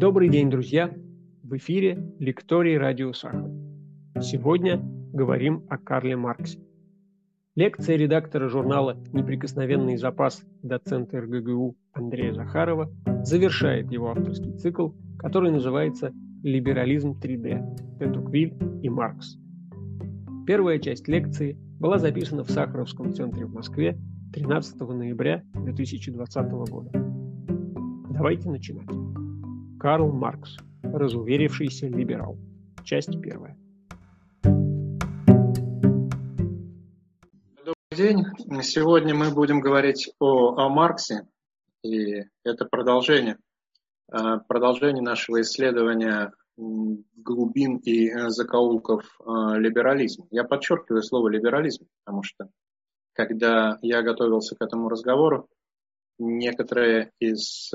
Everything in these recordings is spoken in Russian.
Добрый день, друзья! В эфире лекторий Радио Сахар. Сегодня говорим о Карле Марксе. Лекция редактора журнала «Неприкосновенный запас» доцента РГГУ Андрея Захарова завершает его авторский цикл, который называется «Либерализм 3D. Де-Токвиль и Маркс». Первая часть лекции была записана в Сахаровском центре в Москве 13 ноября 2020 года. Давайте начинать. Карл Маркс. Разуверившийся либерал. Часть первая. Добрый день. Сегодня мы будем говорить о Марксе, и это продолжение нашего исследования глубин и закоулков либерализма. Я подчеркиваю слово либерализм, потому что, когда я готовился к этому разговору, некоторые из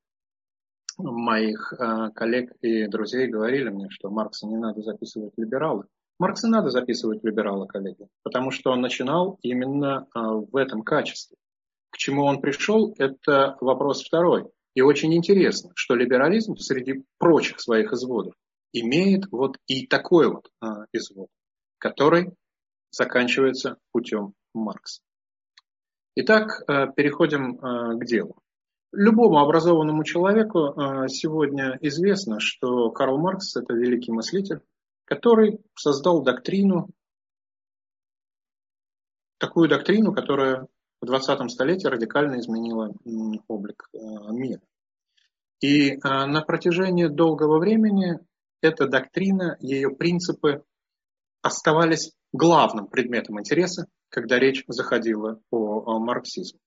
моих коллег и друзей говорили мне, что Маркса не надо записывать в либералы. Маркса надо записывать в либералы, коллеги, потому что он начинал именно в этом качестве. К чему он пришел, это вопрос второй. И очень интересно, что либерализм среди прочих своих изводов имеет вот и такой вот извод, который заканчивается путем Маркса. Итак, переходим к делу. Любому образованному человеку сегодня известно, что Карл Маркс – это великий мыслитель, который создал такую доктрину, которая в 20 столетии радикально изменила облик мира. И на протяжении долгого времени эта доктрина, ее принципы оставались главным предметом интереса, когда речь заходила о марксизме.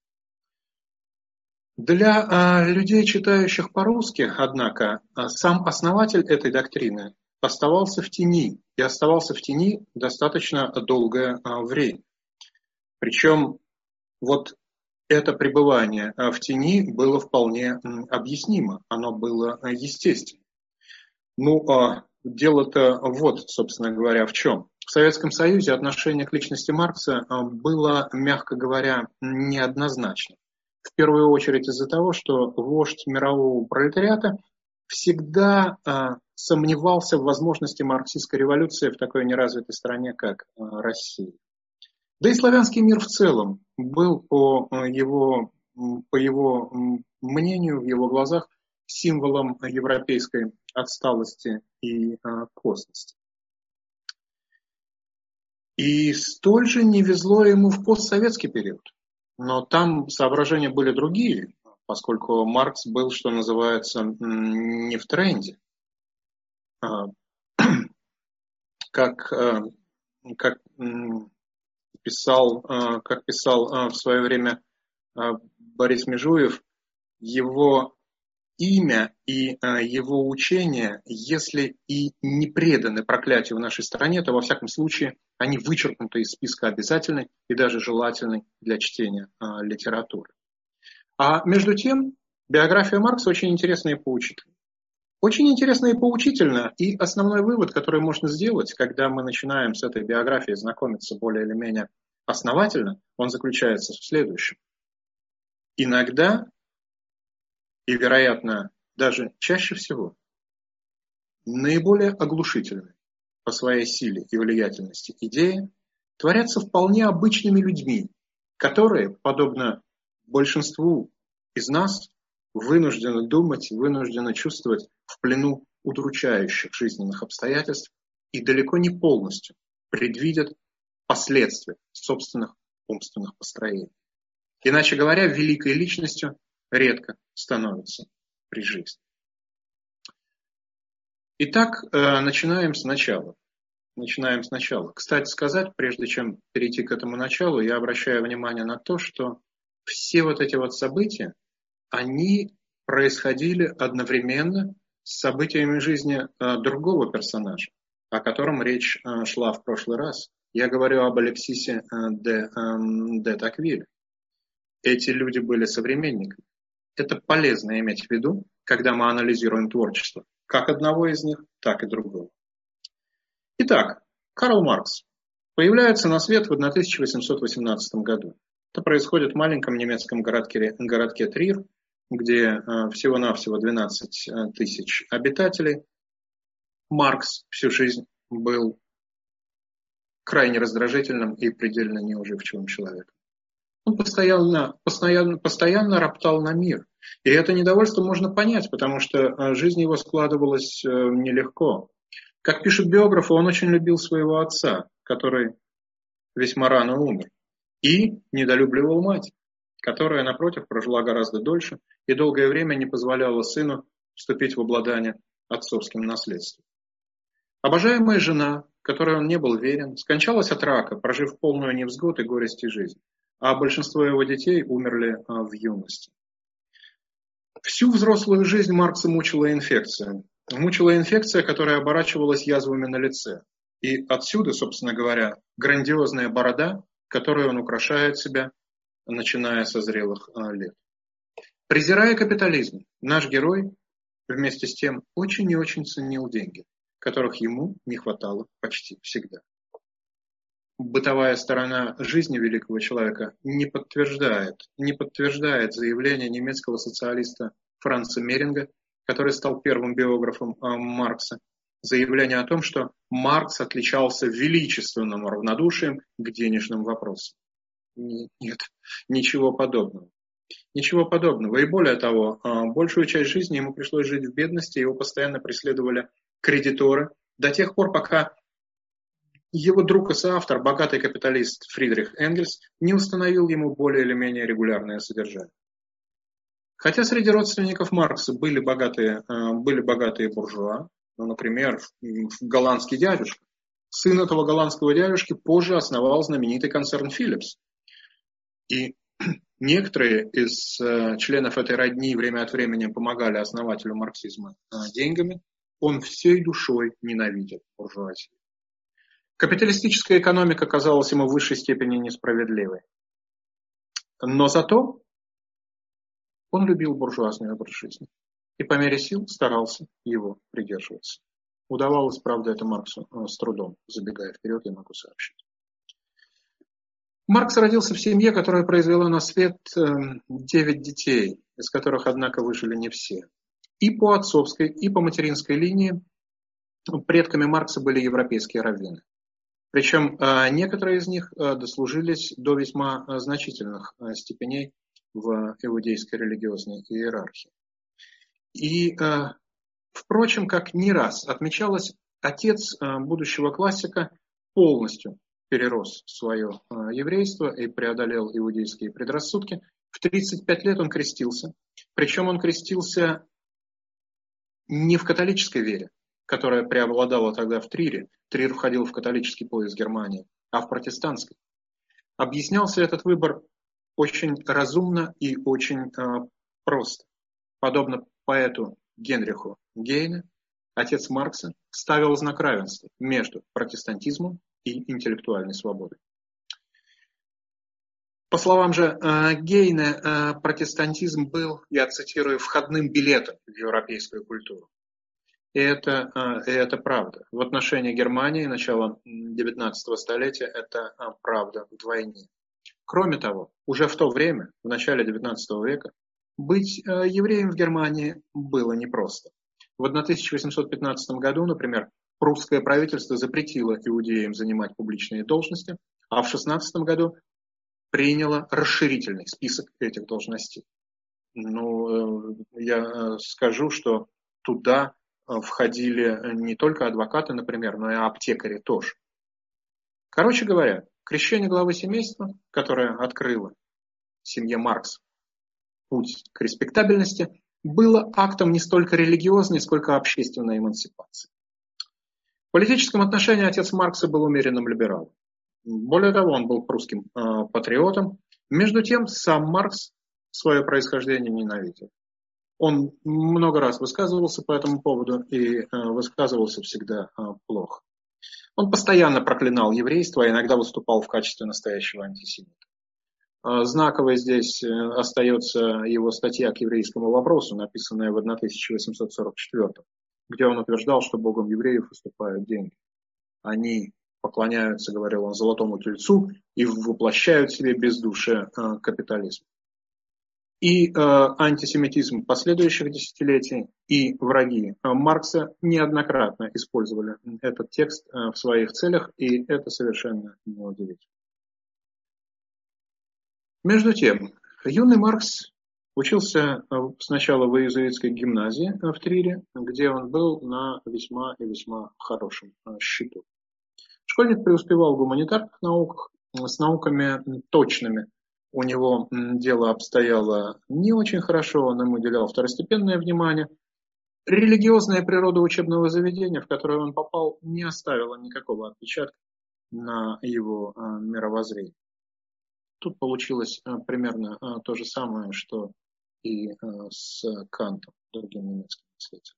Для людей, читающих по-русски, однако, сам основатель этой доктрины оставался в тени, и оставался в тени достаточно долгое время. Причем вот это пребывание в тени было вполне объяснимо, оно было естественно. Дело-то вот, собственно говоря, в чем. В Советском Союзе отношение к личности Маркса было, мягко говоря, неоднозначно. В первую очередь из-за того, что вождь мирового пролетариата всегда сомневался в возможности марксистской революции в такой неразвитой стране, как Россия. Да и славянский мир в целом был, по его мнению, в его глазах, символом европейской отсталости и косности. И столь же не везло ему в постсоветский период. Но там соображения были другие, поскольку Маркс был, что называется, не в тренде. Как писал в свое время Борис Межуев, его имя и его учения, если и не преданы проклятию в нашей стране, то во всяком случае они вычеркнуты из списка обязательной и даже желательной для чтения литературы. А между тем, биография Маркса очень интересная и поучительна. Очень интересно и поучительно, и основной вывод, который можно сделать, когда мы начинаем с этой биографией знакомиться более или менее основательно, он заключается в следующем. Иногда, и, вероятно, даже чаще всего, наиболее оглушительные по своей силе и влиятельности идеи творятся вполне обычными людьми, которые, подобно большинству из нас, вынуждены думать, вынуждены чувствовать в плену удручающих жизненных обстоятельств и далеко не полностью предвидят последствия собственных умственных построений. Иначе говоря, великой личностью редко становится при жизни. Итак, начинаем сначала. Кстати сказать, прежде чем перейти к этому началу, я обращаю внимание на то, что все вот эти вот события, они происходили одновременно с событиями жизни другого персонажа, о котором речь шла в прошлый раз. Я говорю об Алексисе де Токвиле. Эти люди были современниками. Это полезно иметь в виду, когда мы анализируем творчество, как одного из них, так и другого. Итак, Карл Маркс появляется на свет в 1818 году. Это происходит в маленьком немецком городке Трир, где всего-навсего 12 тысяч обитателей, Маркс всю жизнь был крайне раздражительным и предельно неуживчивым человеком. Он постоянно роптал на мир. И это недовольство можно понять, потому что жизнь его складывалась нелегко. Как пишут биографы, он очень любил своего отца, который весьма рано умер, и недолюбливал мать, которая, напротив, прожила гораздо дольше и долгое время не позволяла сыну вступить в обладание отцовским наследством. Обожаемая жена, которой он не был верен, скончалась от рака, прожив полную невзгод и горести жизнь, а большинство его детей умерли в юности. Всю взрослую жизнь Маркса мучила инфекция. Мучила инфекция, которая оборачивалась язвами на лице. И отсюда, собственно говоря, грандиозная борода, которой он украшает себя, начиная со зрелых лет. Презирая капитализм, наш герой вместе с тем очень и очень ценил деньги, которых ему не хватало почти всегда. Бытовая сторона жизни великого человека не подтверждает заявление немецкого социалиста Франца Меринга, который стал первым биографом Маркса, заявление о том, что Маркс отличался величественным равнодушием к денежным вопросам. Нет, ничего подобного. Ничего подобного. И более того, большую часть жизни ему пришлось жить в бедности, его постоянно преследовали кредиторы, до тех пор, пока его друг и соавтор, богатый капиталист Фридрих Энгельс, не установил ему более или менее регулярное содержание. Хотя среди родственников Маркса были богатые буржуа, например, голландский дядюшка. Сын этого голландского дядюшки позже основал знаменитый концерн Philips. И некоторые из членов этой родни время от времени помогали основателю марксизма деньгами. Он всей душой ненавидел буржуазию. Капиталистическая экономика казалась ему в высшей степени несправедливой. Но зато он любил буржуазный образ жизни и по мере сил старался его придерживаться. Удавалось, правда, это Марксу с трудом. Забегая вперед, я могу сообщить. Маркс родился в семье, которая произвела на свет 9 детей, из которых, однако, выжили не все. И по отцовской, и по материнской линии предками Маркса были европейские раввины. Причем некоторые из них дослужились до весьма значительных степеней в иудейской религиозной иерархии. И, впрочем, как не раз отмечалось, отец будущего классика полностью перерос свое еврейство и преодолел иудейские предрассудки. В 35 лет он крестился. Причем он крестился не в католической вере, которая преобладала тогда в Трире. Трир входил в католический пояс Германии, а в протестантской. Объяснялся этот выбор очень разумно и очень просто. Подобно поэту Генриху Гейне, отец Маркса ставил знак равенства между протестантизмом и интеллектуальной свободой. По словам же Гейне, протестантизм был, я цитирую, входным билетом в европейскую культуру. И это правда. В отношении Германии начала 19 столетия это правда вдвойне. Кроме того, уже в то время, в начале 19 века, быть евреем в Германии было непросто. В 1815 году, например, прусское правительство запретило иудеям занимать публичные должности, а в 16 году приняло расширительный список этих должностей. Я скажу, что туда входили не только адвокаты, например, но и аптекари тоже. Короче говоря, крещение главы семейства, которое открыло семье Маркс путь к респектабельности, было актом не столько религиозной, сколько общественной эмансипации. В политическом отношении отец Маркса был умеренным либералом. Более того, он был прусским патриотом. Между тем, сам Маркс свое происхождение ненавидел. Он много раз высказывался по этому поводу и высказывался всегда плохо. Он постоянно проклинал еврейство, а иногда выступал в качестве настоящего антисемита. Знаковой здесь остается его статья к еврейскому вопросу, написанная в 1844, где он утверждал, что богом евреев выступают деньги. Они поклоняются, говорил он, золотому тельцу и воплощают в себе бездушие капитализма. И антисемитизм последующих десятилетий, и враги Маркса неоднократно использовали этот текст в своих целях, и это совершенно неудивительно. Между тем, юный Маркс учился сначала в иезуитской гимназии в Трире, где он был на весьма и весьма хорошем счету. Школьник преуспевал в гуманитарных науках, с науками точными. У него дело обстояло не очень хорошо, он им уделял второстепенное внимание. Религиозная природа учебного заведения, в которое он попал, не оставила никакого отпечатка на его мировоззрение. Тут получилось примерно то же самое, что и с Кантом, другим немецким мыслителем.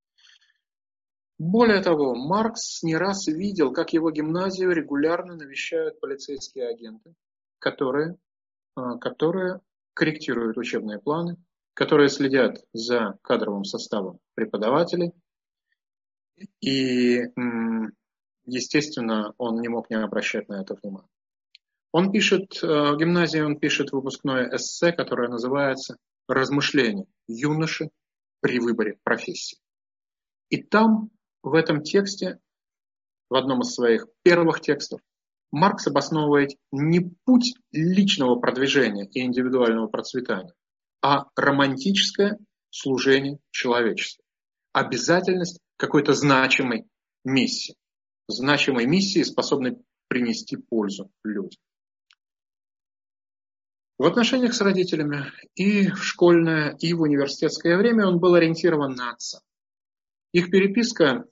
Более того, Маркс не раз видел, как его гимназию регулярно навещают полицейские агенты, которые корректируют учебные планы, которые следят за кадровым составом преподавателей. И, естественно, он не мог не обращать на это внимания. Он пишет, в гимназии он пишет выпускное эссе, которое называется «Размышления юноши при выборе профессии». И там, в этом тексте, в одном из своих первых текстов, Маркс обосновывает не путь личного продвижения и индивидуального процветания, а романтическое служение человечеству. Обязательность какой-то значимой миссии, способной принести пользу людям. В отношениях с родителями и в школьное, и в университетское время он был ориентирован на отца. Их переписка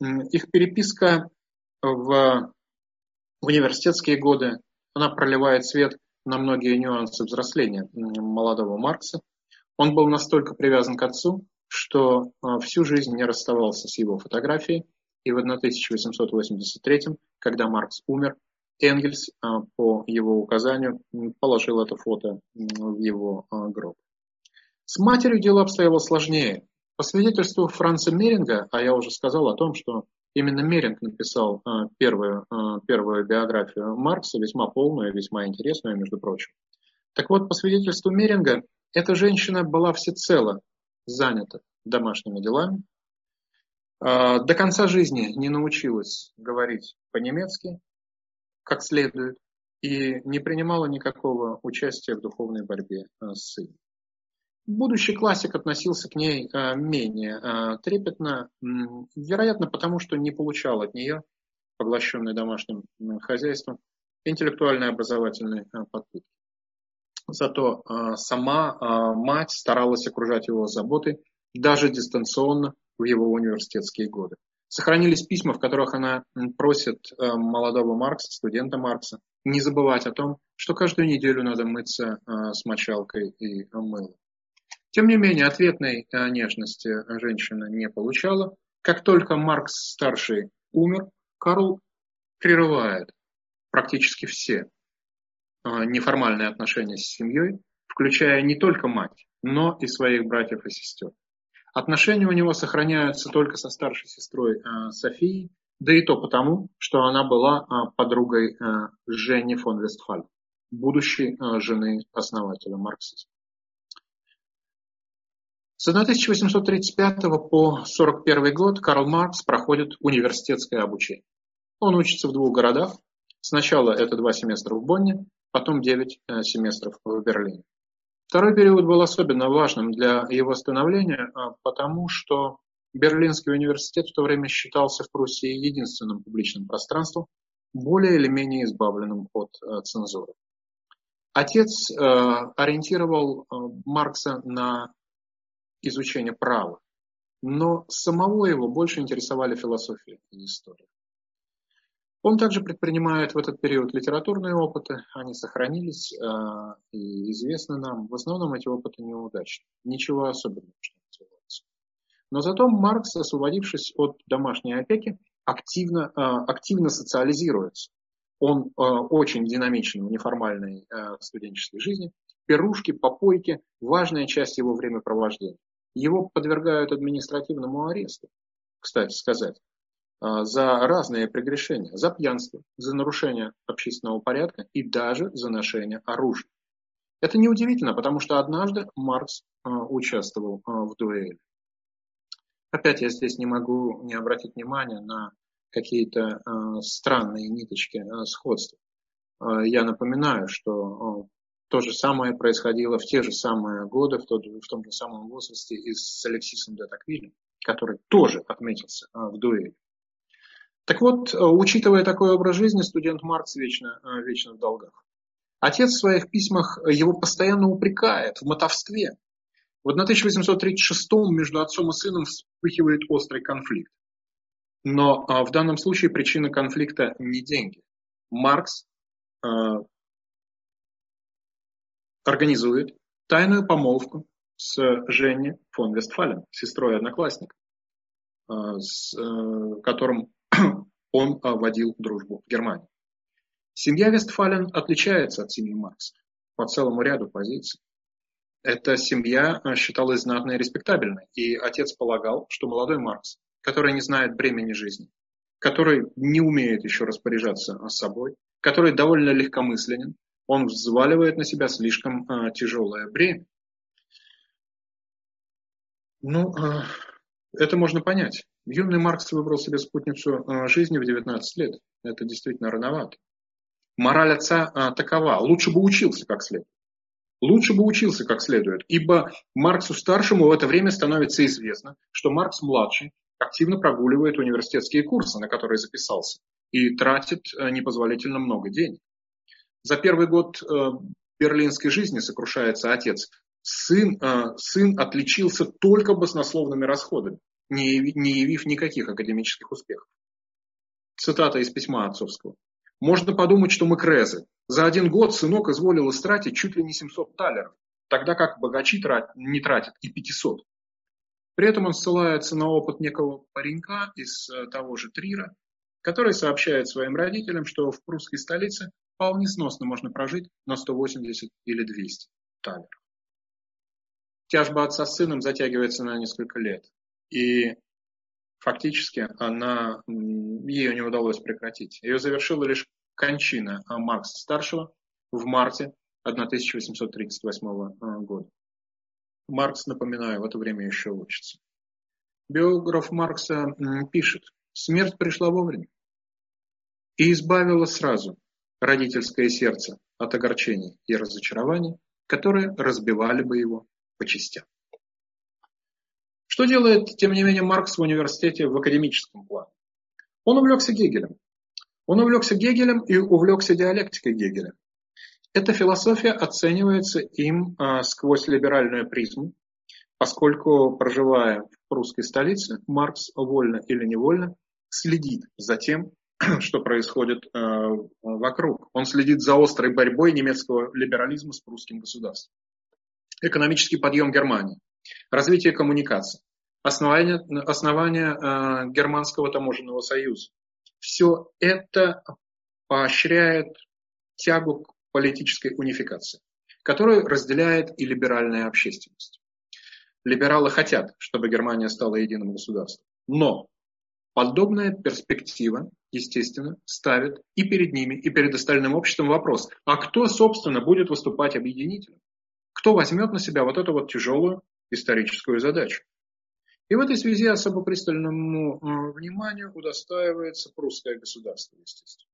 в университетские годы, она проливает свет на многие нюансы взросления молодого Маркса. Он был настолько привязан к отцу, что всю жизнь не расставался с его фотографией. И в 1883, когда Маркс умер, Энгельс по его указанию положил это фото в его гроб. С матерью дело обстояло сложнее. По свидетельству Франца Меринга, а я уже сказал о том, что именно Меринг написал первую биографию Маркса, весьма полную, весьма интересную, между прочим. Так вот, по свидетельству Меринга, эта женщина была всецело занята домашними делами, до конца жизни не научилась говорить по-немецки как следует и не принимала никакого участия в духовной борьбе с сыном. Будущий классик относился к ней менее трепетно, вероятно, потому что не получал от нее, поглощенный домашним хозяйством, интеллектуальной образовательной подпитки. Зато сама мать старалась окружать его заботой, даже дистанционно в его университетские годы. Сохранились письма, в которых она просит молодого Маркса, студента Маркса, не забывать о том, что каждую неделю надо мыться с мочалкой и мылом. Тем не менее, ответной нежности женщина не получала. Как только Маркс-старший умер, Карл прерывает практически все неформальные отношения с семьей, включая не только мать, но и своих братьев и сестер. Отношения у него сохраняются только со старшей сестрой Софией, да и то потому, что она была подругой Жени фон Вестфаль, будущей жены основателя марксизма. С 1835 по 1941 год Карл Маркс проходит университетское обучение. Он учится в 2 городах. Сначала это 2 семестра в Бонне, потом 9 семестров в Берлине. Второй период был особенно важным для его становления, потому что Берлинский университет в то время считался в Пруссии единственным публичным пространством, более или менее избавленным от цензуры. Отец ориентировал Маркса на изучение права, но самого его больше интересовали философия и история. Он также предпринимает в этот период литературные опыты, они сохранились и известны нам. В основном эти опыты неудачны, ничего особенного, что называется. Но зато Маркс, освободившись от домашней опеки, активно социализируется. Он очень динамичен в неформальной студенческой жизни. Пирушки, попойки – важная часть его времяпровождения. Его подвергают административному аресту, кстати сказать, за разные прегрешения, за пьянство, за нарушение общественного порядка и даже за ношение оружия. Это неудивительно, потому что однажды Маркс участвовал в дуэли. Опять я здесь не могу не обратить внимания на какие-то странные ниточки сходства. Я напоминаю, что то же самое происходило в те же самые годы, в том же самом возрасте и с Алексисом де Токвилем, который тоже отметился в дуэли. Так вот, учитывая такой образ жизни, студент Маркс вечно в долгах. Отец в своих письмах его постоянно упрекает в мотовстве. В 1836 между отцом и сыном вспыхивает острый конфликт. Но в данном случае причина конфликта не деньги. Маркс организует тайную помолвку с Женни фон Вестфален, сестрой одноклассника, с которым он водил дружбу в Германии. Семья Вестфален отличается от семьи Маркса по целому ряду позиций. Эта семья считалась знатной и респектабельной, и отец полагал, что молодой Маркс, который не знает бремени жизни, который не умеет еще распоряжаться собой, который довольно легкомысленен, он взваливает на себя слишком тяжелое бремя. Это можно понять. Юный Маркс выбрал себе спутницу жизни в 19 лет. Это действительно рановато. Мораль отца такова. Лучше бы учился как следует. Лучше бы учился как следует, ибо Марксу-старшему в это время становится известно, что Маркс-младший активно прогуливает университетские курсы, на которые записался, и тратит непозволительно много денег. За первый год берлинской жизни, сокрушается отец, сын отличился только баснословными расходами, не явив никаких академических успехов. Цитата из письма отцовского. «Можно подумать, что мы крезы. За один год сынок изволил истратить чуть ли не 700 талеров, тогда как богачи не тратят и 500. При этом он ссылается на опыт некого паренька из того же Трира, который сообщает своим родителям, что в прусской столице вполне сносно можно прожить на 180 или 200 талеров. Тяжба отца с сыном затягивается на несколько лет, и фактически ее не удалось прекратить. Ее завершила лишь кончина Маркса-старшего в марте 1838 года. Маркс, напоминаю, в это время еще учится. Биограф Маркса пишет: «Смерть пришла вовремя и избавила сразу родительское сердце от огорчений и разочарований, которые разбивали бы его по частям». Что делает, тем не менее, Маркс в университете в академическом плане? Он увлекся Гегелем. Он увлекся Гегелем и увлекся диалектикой Гегеля. Эта философия оценивается им сквозь либеральную призму, поскольку, проживая в прусской столице, Маркс вольно или невольно следит за тем, что происходит вокруг. Он следит за острой борьбой немецкого либерализма с прусским государством. Экономический подъем Германии, развитие коммуникаций, основание Германского таможенного союза. Все это поощряет тягу к политической унификации, которую разделяет и либеральная общественность. Либералы хотят, чтобы Германия стала единым государством. Но подобная перспектива, естественно, ставит и перед ними, и перед остальным обществом вопрос: а кто, собственно, будет выступать объединителем? Кто возьмет на себя вот эту вот тяжелую историческую задачу? И в этой связи особо пристальному вниманию удостаивается прусское государство, естественно.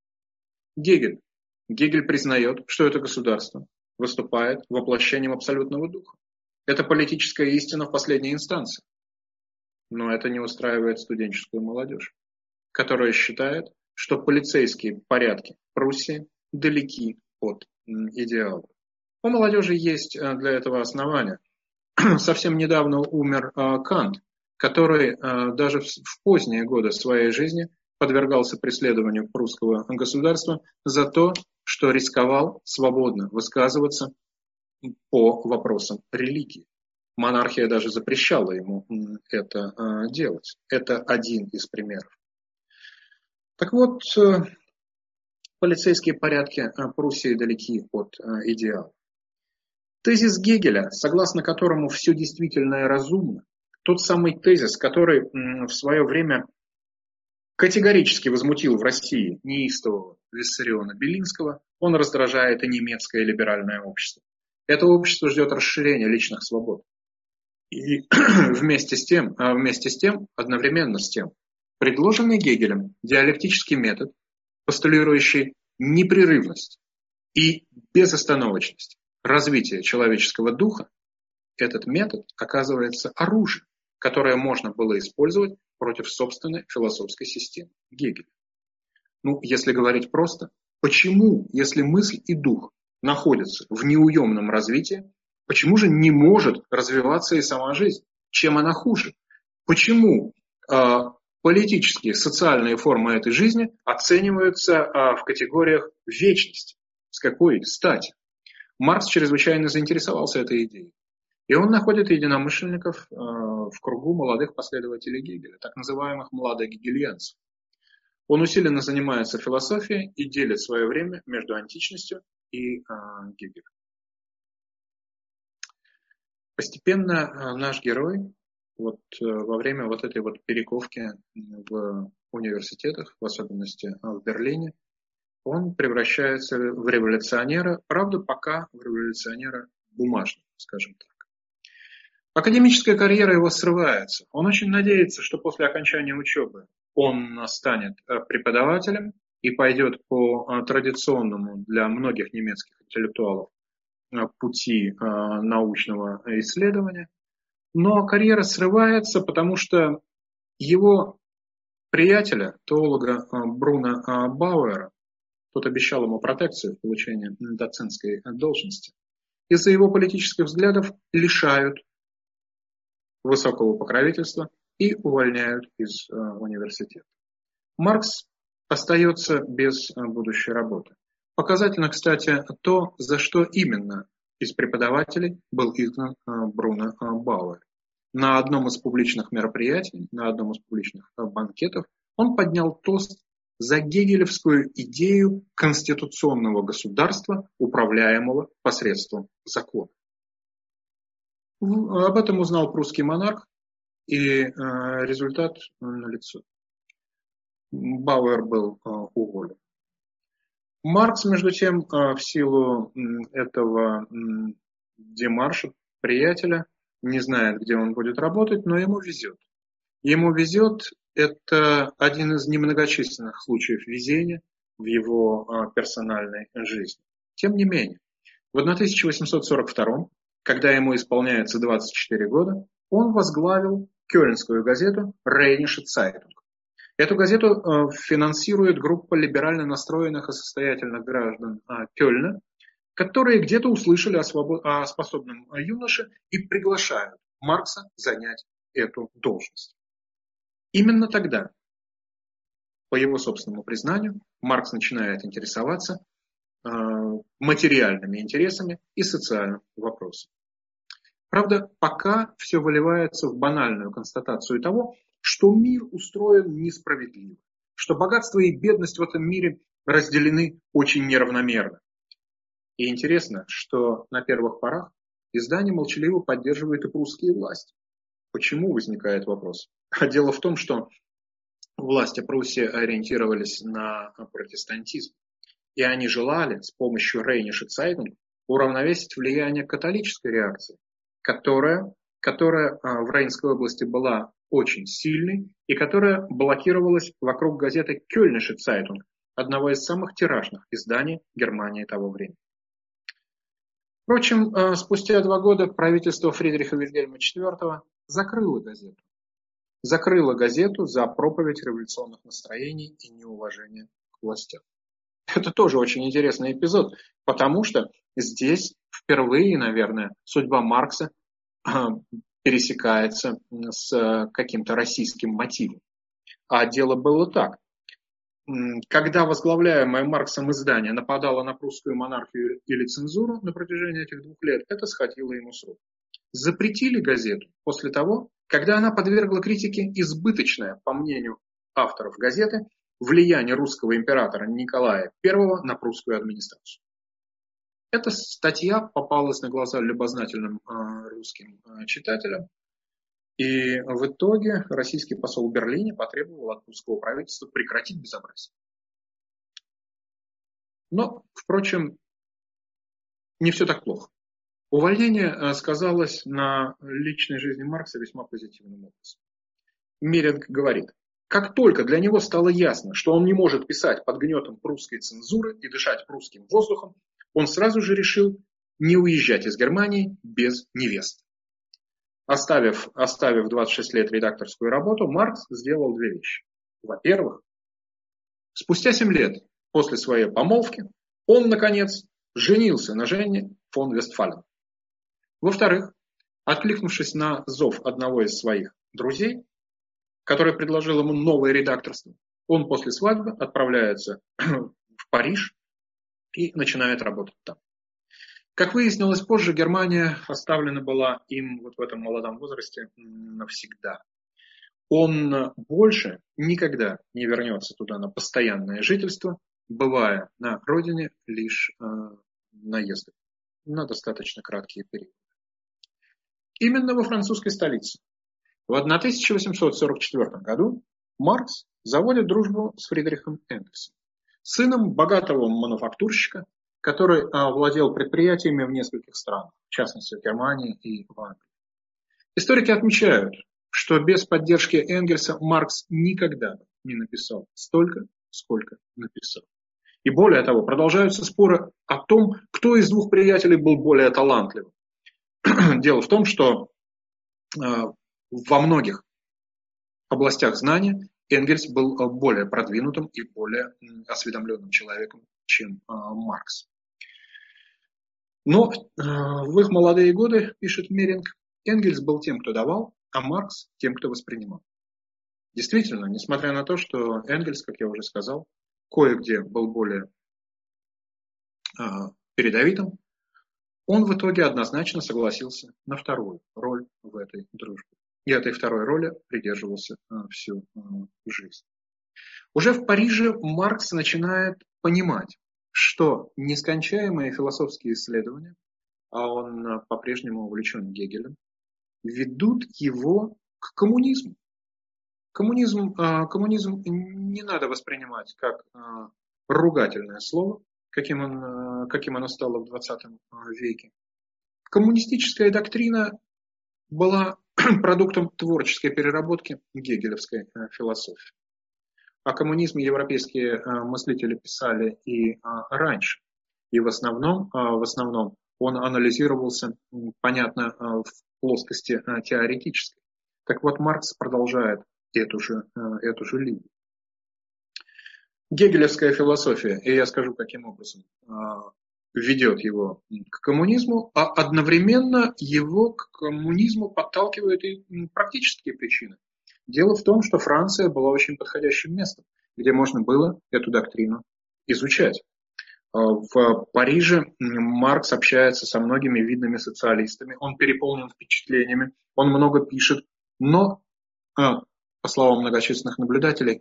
Гегель признает, что это государство выступает воплощением абсолютного духа. Это политическая истина в последней инстанции. Но это не устраивает студенческую молодежь, которая считает, что полицейские порядки Пруссии далеки от идеала. У молодежи есть для этого основания. Совсем недавно умер Кант, который даже в поздние годы своей жизни подвергался преследованию прусского государства за то, что рисковал свободно высказываться по вопросам религии. Монархия даже запрещала ему это делать. Это один из примеров. Так вот, полицейские порядки Пруссии далеки от идеала. Тезис Гегеля, согласно которому все действительное разумно, тот самый тезис, который в свое время категорически возмутил в России неистового Виссариона Белинского, он раздражает и немецкое либеральное общество. Это общество ждет расширения личных свобод. И вместе с тем, одновременно с тем, предложенный Гегелем диалектический метод, постулирующий непрерывность и безостановочность развития человеческого духа, этот метод оказывается оружием, которое можно было использовать против собственной философской системы Гегеля. Если говорить просто, почему, если мысль и дух находятся в неуемном развитии, почему же не может развиваться и сама жизнь? Чем она хуже? Почему политические, социальные формы этой жизни оцениваются в категориях вечности? С какой стати? Маркс чрезвычайно заинтересовался этой идеей. И он находит единомышленников в кругу молодых последователей Гегеля, так называемых младогегельянцев. Он усиленно занимается философией и делит свое время между античностью и Гегелем. Постепенно наш герой во время этой перековки в университетах, в особенности в Берлине, он превращается в революционера, правда, пока в революционера бумажного, скажем так. Академическая карьера его срывается. Он очень надеется, что после окончания учебы он станет преподавателем и пойдет по традиционному для многих немецких интеллектуалов пути научного исследования. Но карьера срывается, потому что его приятеля, теолога Бруно Бауэра, тот обещал ему протекцию в получении доцентской должности, из-за его политических взглядов лишают высокого покровительства и увольняют из университета. Маркс остается без будущей работы. Показательно, кстати, то, за что именно из преподавателей был изгнан Бруно Бауэр. На одном из публичных мероприятий, на одном из публичных банкетов он поднял тост за гегелевскую идею конституционного государства, управляемого посредством закона. Об этом узнал прусский монарх, и результат налицо. Бауэр был уволен. Маркс, между тем, в силу этого демарша приятеля, не знает, где он будет работать, но ему везет. Ему везет, это один из немногочисленных случаев везения в его персональной жизни. Тем не менее, в 1842, когда ему исполняется 24 года, он возглавил кёльнскую газету «Рейнисche Zeitung». Эту газету финансирует группа либерально настроенных и состоятельных граждан Кёльна, которые где-то услышали о способном юноше и приглашают Маркса занять эту должность. Именно тогда, по его собственному признанию, Маркс начинает интересоваться материальными интересами и социальным вопросом. Правда, пока все выливается в банальную констатацию того, что мир устроен несправедливо, что богатство и бедность в этом мире разделены очень неравномерно. И интересно, что на первых порах издание молчаливо поддерживает и прусские власти. Почему, возникает вопрос? А дело в том, что власти Пруссии ориентировались на протестантизм. И они желали с помощью Rheinische Zeitung уравновесить влияние католической реакции, которая в Рейнской области была очень сильной и которая блокировалась вокруг газеты Kölnische Zeitung, одного из самых тиражных изданий Германии того времени. Впрочем, спустя 2 года правительство Фридриха Вильгельма IV закрыло газету. Закрыло газету за проповедь революционных настроений и неуважения к властям. Это тоже очень интересный эпизод, потому что здесь впервые, наверное, судьба Маркса пересекается с каким-то российским мотивом. А дело было так. Когда возглавляемое Марксом издание нападало на прусскую монархию или цензуру на протяжении этих 2 лет, это схватило ему с рук. Запретили газету после того, когда она подвергла критике избыточное, по мнению авторов газеты, влияние русского императора Николая I на прусскую администрацию. Эта статья попалась на глаза любознательным русским читателям, и в итоге российский посол в Берлине потребовал от прусского правительства прекратить безобразие. Но, впрочем, не все так плохо. Увольнение сказалось на личной жизни Маркса весьма позитивным образом. Меринг говорит, как только для него стало ясно, что он не может писать под гнетом прусской цензуры и дышать прусским воздухом, он сразу же решил не уезжать из Германии без невесты. Оставив 26 лет редакторскую работу, Маркс сделал две вещи. Во-первых, спустя 7 лет после своей помолвки он, наконец, женился на Женне фон Вестфален. Во-вторых, откликнувшись на зов одного из своих друзей, который предложил ему новое редакторство, он после свадьбы отправляется в Париж и начинает работать там. Как выяснилось позже, Германия оставлена была им вот в этом молодом возрасте навсегда. Он больше никогда не вернется туда на постоянное жительство, бывая на родине лишь наездом на достаточно краткие периоды. Именно во французской столице в 1844 году Маркс заводит дружбу с Фридрихом Энгельсом, сыном богатого мануфактурщика, который владел предприятиями в нескольких странах, в частности в Германии и в Англии. Историки отмечают, что без поддержки Энгельса Маркс никогда не написал столько, сколько написал. И более того, продолжаются споры о том, кто из двух приятелей был более талантливым. Дело в том, что во многих областях знания Энгельс был более продвинутым и более осведомленным человеком, чем Маркс. Но в их молодые годы, пишет Меринг, Энгельс был тем, кто давал, а Маркс тем, кто воспринимал. Действительно, несмотря на то, что Энгельс, как я уже сказал, кое-где был более передовитым, он в итоге однозначно согласился на вторую роль в этой дружбе. И этой второй роли придерживался всю жизнь. Уже в Париже Маркс начинает понимать, что нескончаемые философские исследования, а он по-прежнему увлечен Гегелем, ведут его к коммунизму. Коммунизм не надо воспринимать как ругательное слово, каким оно стало в 20 веке. Коммунистическая доктрина была продуктом творческой переработки гегелевской философии. О коммунизме европейские мыслители писали и раньше. И в основном он анализировался, понятно, в плоскости теоретической. Так вот, Маркс продолжает эту же линию. Гегелевская философия, и я скажу, каким образом, ведет его к коммунизму, а одновременно его к коммунизму подталкивают и практические причины. Дело в том, что Франция была очень подходящим местом, где можно было эту доктрину изучать. В Париже Маркс общается со многими видными социалистами, он переполнен впечатлениями, он много пишет, но, по словам многочисленных наблюдателей,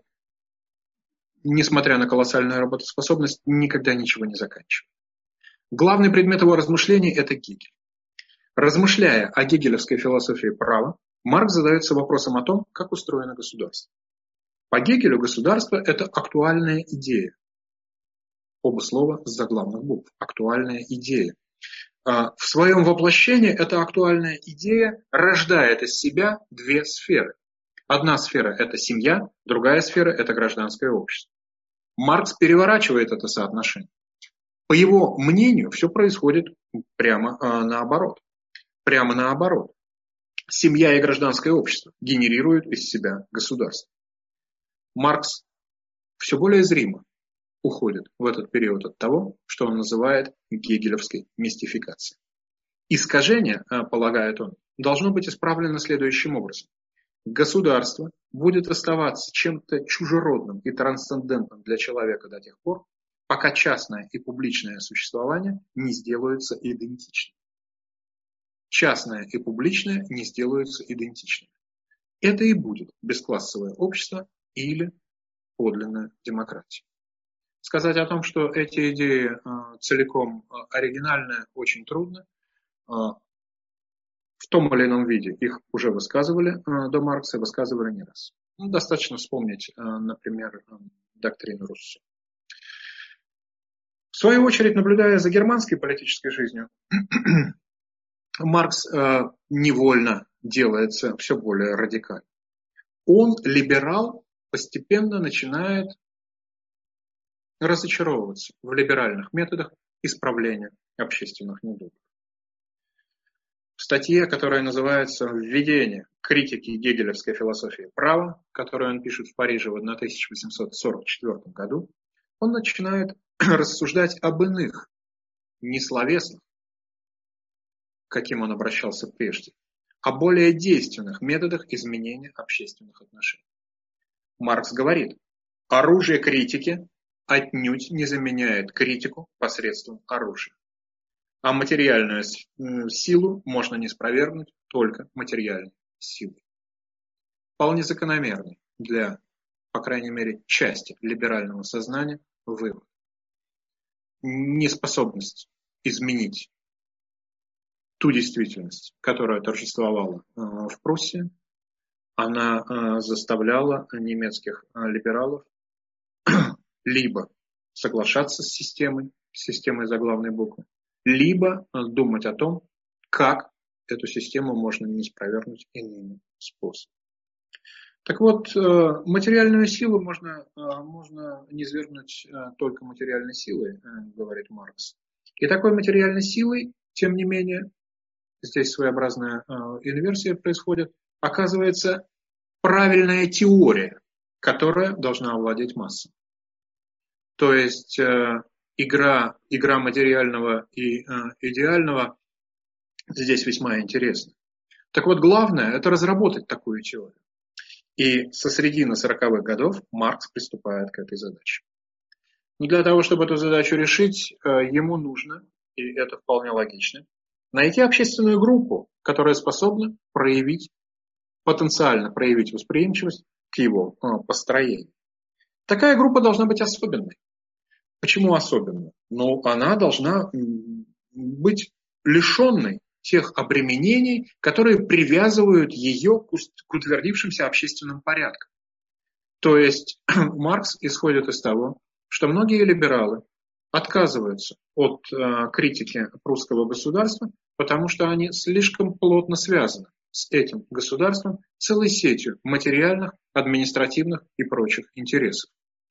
несмотря на колоссальную работоспособность, никогда ничего не заканчивает. Главный предмет его размышлений – это Гегель. Размышляя о гегелевской философии права, Маркс задается вопросом о том, как устроено государство. По Гегелю государство – это актуальная идея. Оба слова с заглавных букв. Актуальная идея. В своем воплощении эта актуальная идея рождает из себя две сферы. Одна сфера – это семья, другая сфера – это гражданское общество. Маркс переворачивает это соотношение. По его мнению, все происходит прямо наоборот. Прямо наоборот. Семья и гражданское общество генерируют из себя государство. Маркс все более зримо уходит в этот период от того, что он называет гегелевской мистификацией. Искажение, полагает он, должно быть исправлено следующим образом. Государство будет оставаться чем-то чужеродным и трансцендентным для человека до тех пор, пока частное и публичное существование не сделаются идентичными. Частное и публичное не сделаются идентичными. Это и будет бесклассовое общество или подлинная демократия. Сказать о том, что эти идеи целиком оригинальны, очень трудно. В том или ином виде их уже высказывали до Маркса, высказывали не раз. Достаточно вспомнить, например, доктрину Руссо. В свою очередь, наблюдая за германской политической жизнью, Маркс невольно делается все более радикальным. Он, либерал, постепенно начинает разочаровываться в либеральных методах исправления общественных недугов. В статье, которая называется «Введение критики гегелевской философии права», которую он пишет в Париже в 1844 году, он начинает рассуждать об иных, не словесных, каким он обращался прежде, а более действенных методах изменения общественных отношений. Маркс говорит, оружие критики отнюдь не заменяет критику посредством оружия. А материальную силу можно не спровергнуть только материальной силой. Вполне закономерный для, по крайней мере, части либерального сознания вывод. Неспособность изменить ту действительность, которая торжествовала в Пруссии, она заставляла немецких либералов либо соглашаться с системой заглавной буквы, либо думать о том, как эту систему можно не спровергнуть иными способами. Так вот, материальную силу можно низвергнуть только материальной силой, говорит Маркс. И такой материальной силой, тем не менее, здесь своеобразная инверсия происходит, оказывается правильная теория, которая должна овладеть массой. То есть игра материального и идеального здесь весьма интересна. Так вот, главное – это разработать такую теорию. И со середины 40-х годов Маркс приступает к этой задаче. Но для того, чтобы эту задачу решить, ему нужно, и это вполне логично, найти общественную группу, которая способна потенциально проявить восприимчивость к его построению. Такая группа должна быть особенной. Почему особенной? Ну, она должна быть лишенной тех обременений, которые привязывают ее к утвердившимся общественным порядкам. То есть Маркс исходит из того, что многие либералы отказываются от критики прусского государства, потому что они слишком плотно связаны с этим государством целой сетью материальных, административных и прочих интересов.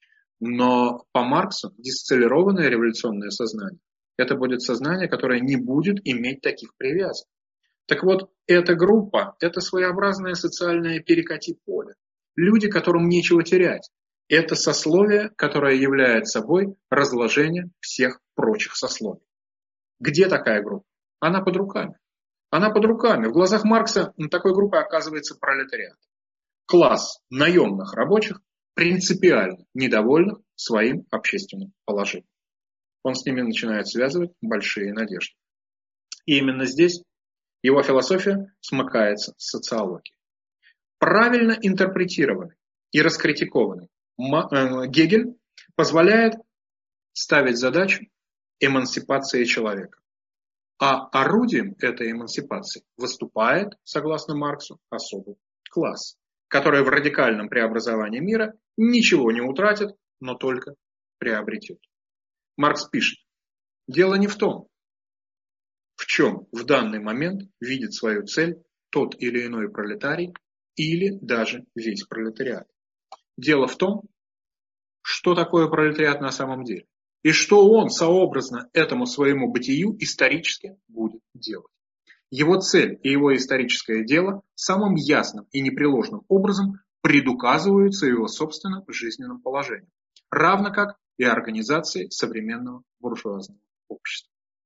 Но по Марксу дисциллированное революционное сознание – это будет сознание, которое не будет иметь таких привязок. Так вот, эта группа – это своеобразное социальное перекати-поле. Люди, которым нечего терять. Это сословие, которое является собой разложение всех прочих сословий. Где такая группа? Она под руками. Она под руками. В глазах Маркса такой группой оказывается пролетариат. Класс наемных рабочих, принципиально недовольных своим общественным положением. Он с ними начинает связывать большие надежды. И именно здесь его философия смыкается с социологией. Правильно интерпретированный и раскритикованный Гегель позволяет ставить задачу эмансипации человека. А орудием этой эмансипации выступает, согласно Марксу, особый класс, который в радикальном преобразовании мира ничего не утратит, но только приобретет. Маркс пишет, дело не в том, в чем в данный момент видит свою цель тот или иной пролетарий или даже весь пролетариат. Дело в том, что такое пролетариат на самом деле, и что он сообразно этому своему бытию исторически будет делать. Его цель и его историческое дело самым ясным и непреложным образом предуказываются его собственным жизненным положением, равно как и организацией современного буржуазного общества.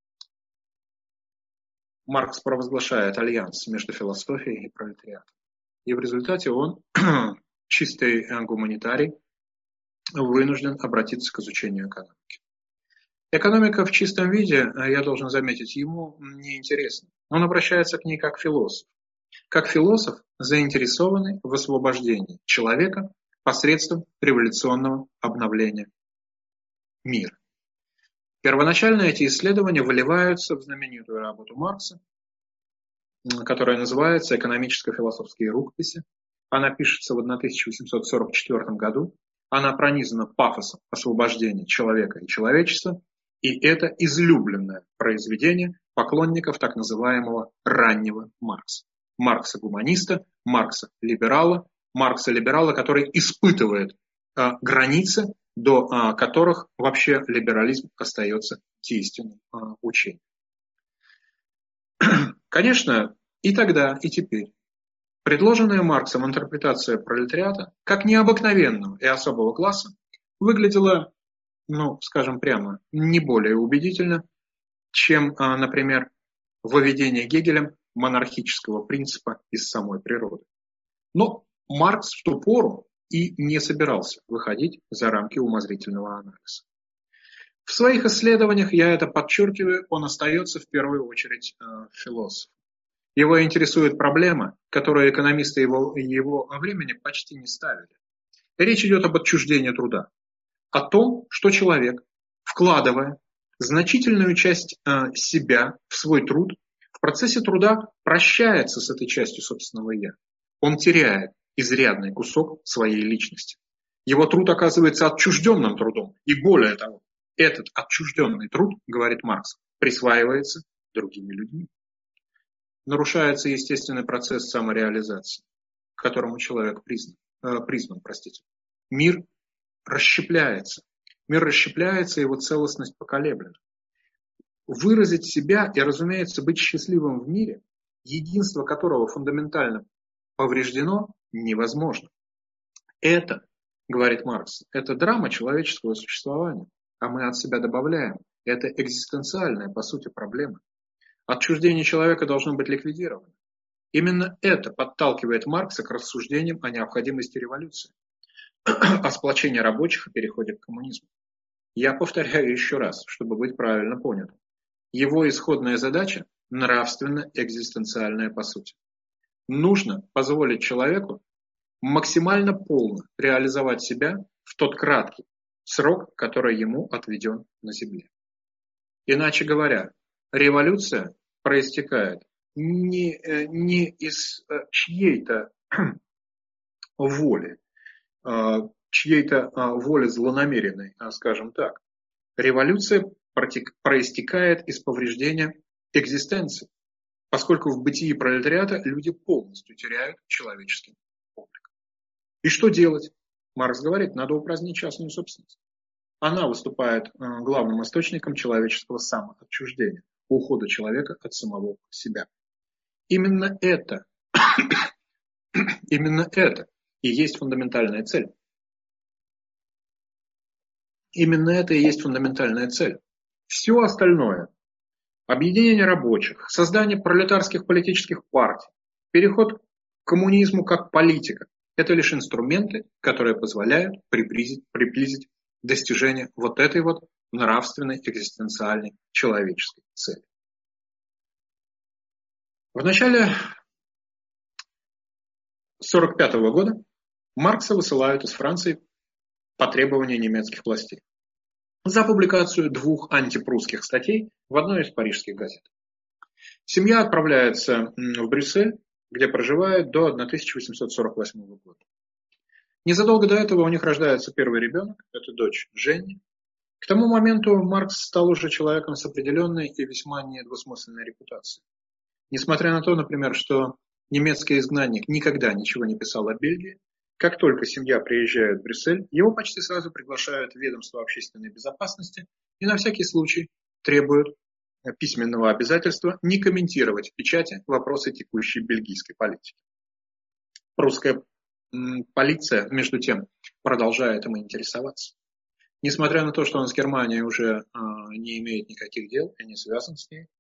Маркс провозглашает альянс между философией и пролетариатом. И в результате он, чистый гуманитарий, вынужден обратиться к изучению экономики. Экономика в чистом виде, я должен заметить, ему неинтересна. Он обращается к ней как философ. Как философ, заинтересованный в освобождении человека посредством революционного обновления мира. Первоначально эти исследования выливаются в знаменитую работу Маркса, которая называется «Экономическо-философские рукописи». Она пишется в 1844 году. Она пронизана пафосом освобождения человека и человечества. И это излюбленное произведение поклонников так называемого раннего Маркса. Маркса-гуманиста, Маркса-либерала, который испытывает границы, до которых вообще либерализм остается действенным учением. Конечно, и тогда, и теперь предложенная Марксом интерпретация пролетариата как необыкновенного и особого класса выглядела, скажем прямо, не более убедительно, чем, например, выведение Гегелем монархического принципа из самой природы. Но Маркс в ту пору и не собирался выходить за рамки умозрительного анализа. В своих исследованиях, я это подчеркиваю, он остается в первую очередь философом. Его интересует проблема, которую экономисты его времени почти не ставили. Речь идет об отчуждении труда, о том, что человек, вкладывая значительную часть себя в свой труд, в процессе труда прощается с этой частью собственного «я». Он теряет изрядный кусок своей личности. Его труд оказывается отчужденным трудом. И более того, этот отчужденный труд, говорит Маркс, присваивается другими людьми. Нарушается естественный процесс самореализации, к которому человек призван. Мир расщепляется. Его целостность поколеблена. Выразить себя и, разумеется, быть счастливым в мире, единство которого фундаментально повреждено, невозможно. Это, говорит Маркс, это драма человеческого существования, а мы от себя добавляем. Это экзистенциальная, по сути, проблема. Отчуждение человека должно быть ликвидировано. Именно это подталкивает Маркса к рассуждениям о необходимости революции, о сплочении рабочих и переходе к коммунизму. Я повторяю еще раз, чтобы быть правильно понятым. Его исходная задача – нравственно-экзистенциальная по сути. Нужно позволить человеку максимально полно реализовать себя в тот краткий срок, который ему отведен на земле. Иначе говоря, революция проистекает не из чьей-то воли, злонамеренной, скажем так. Революция проистекает из повреждения экзистенции, поскольку в бытии пролетариата люди полностью теряют человеческий облик. И что делать? Маркс говорит, надо упразднить частную собственность. Она выступает главным источником человеческого самоотчуждения, ухода человека от самого себя. Именно это и есть фундаментальная цель. Именно это и есть фундаментальная цель. Все остальное, объединение рабочих, создание пролетарских политических партий, переход к коммунизму как политика, это лишь инструменты, которые позволяют приблизить достижение вот этой вот нравственной, экзистенциальной, человеческой цели. В начале 1945 года Маркса высылают из Франции по требованию немецких властей за публикацию 2 антипрусских статей в одной из парижских газет. Семья отправляется в Брюссель, где проживает до 1848 года. Незадолго до этого у них рождается первый ребенок, это дочь Женни. К тому моменту Маркс стал уже человеком с определенной и весьма недвусмысленной репутацией. Несмотря на то, например, что немецкий изгнанник никогда ничего не писал о Бельгии, как только семья приезжает в Брюссель, его почти сразу приглашают в ведомство общественной безопасности и на всякий случай требуют письменного обязательства не комментировать в печати вопросы текущей бельгийской политики. Прусская полиция, между тем, продолжает им интересоваться. Несмотря на то, что он с Германией уже не имеет никаких дел и не связан с ней,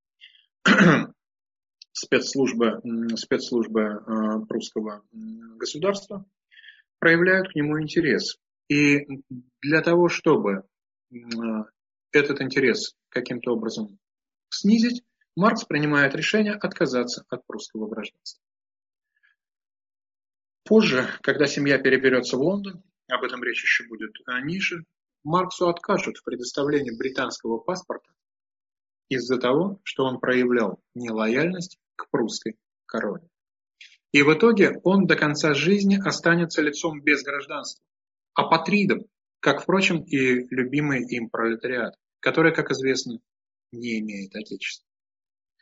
спецслужбы прусского государства проявляют к нему интерес. И для того, чтобы этот интерес каким-то образом снизить, Маркс принимает решение отказаться от прусского гражданства. Позже, когда семья переберется в Лондон, об этом речь еще будет ниже, Марксу откажут в предоставлении британского паспорта из-за того, что он проявлял нелояльность к прусской короне. И в итоге он до конца жизни останется лицом без гражданства, апатридом, как, впрочем, и любимый им пролетариат, который, как известно, не имеет отечества.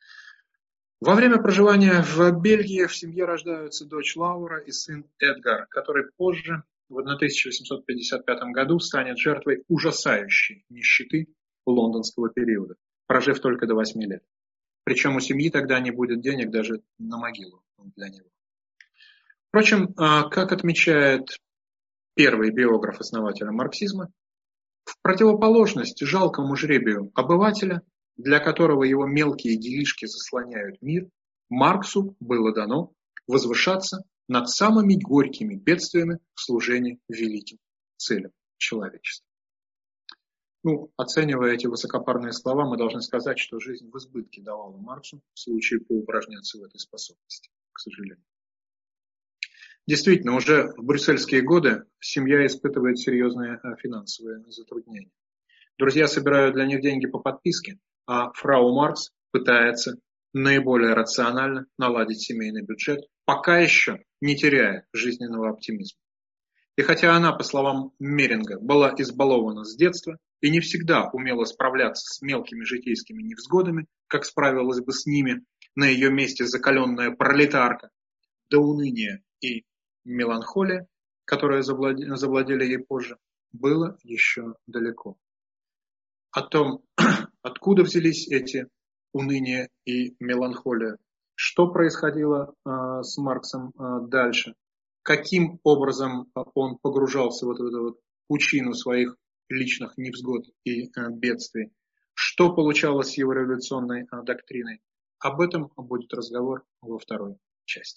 Во время проживания в Бельгии в семье рождаются дочь Лаура и сын Эдгар, который позже, в 1855 году, станет жертвой ужасающей нищеты лондонского периода, прожив только до 8 лет. Причем у семьи тогда не будет денег даже на могилу для него. Впрочем, как отмечает первый биограф основателя марксизма, в противоположность жалкому жребию обывателя, для которого его мелкие делишки заслоняют мир, Марксу было дано возвышаться над самыми горькими бедствиями в служении великим целям человечества. Оценивая эти высокопарные слова, мы должны сказать, что жизнь в избытке давала Марксу в случае поупражняться в этой способности, к сожалению. Действительно, уже в брюссельские годы семья испытывает серьезные финансовые затруднения. Друзья собирают для них деньги по подписке, а фрау Маркс пытается наиболее рационально наладить семейный бюджет, пока еще не теряя жизненного оптимизма. И хотя она, по словам Меринга, была избалована с детства и не всегда умела справляться с мелкими житейскими невзгодами, как справилась бы с ними на ее месте закаленная пролетарка, до уныния и меланхолия, которые завладели ей позже, было еще далеко. О том, откуда взялись эти уныние и меланхолия, что происходило с Марксом дальше, каким образом он погружался в эту пучину своих личных невзгод и бедствий, что получалось с его революционной доктриной. Об этом будет разговор во второй части.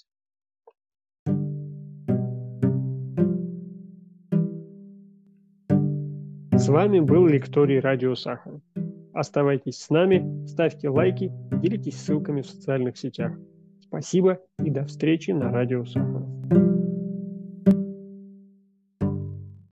С вами был лекторий Радио Сахара. Оставайтесь с нами, ставьте лайки, делитесь ссылками в социальных сетях. Спасибо и до встречи на Радио Сахара.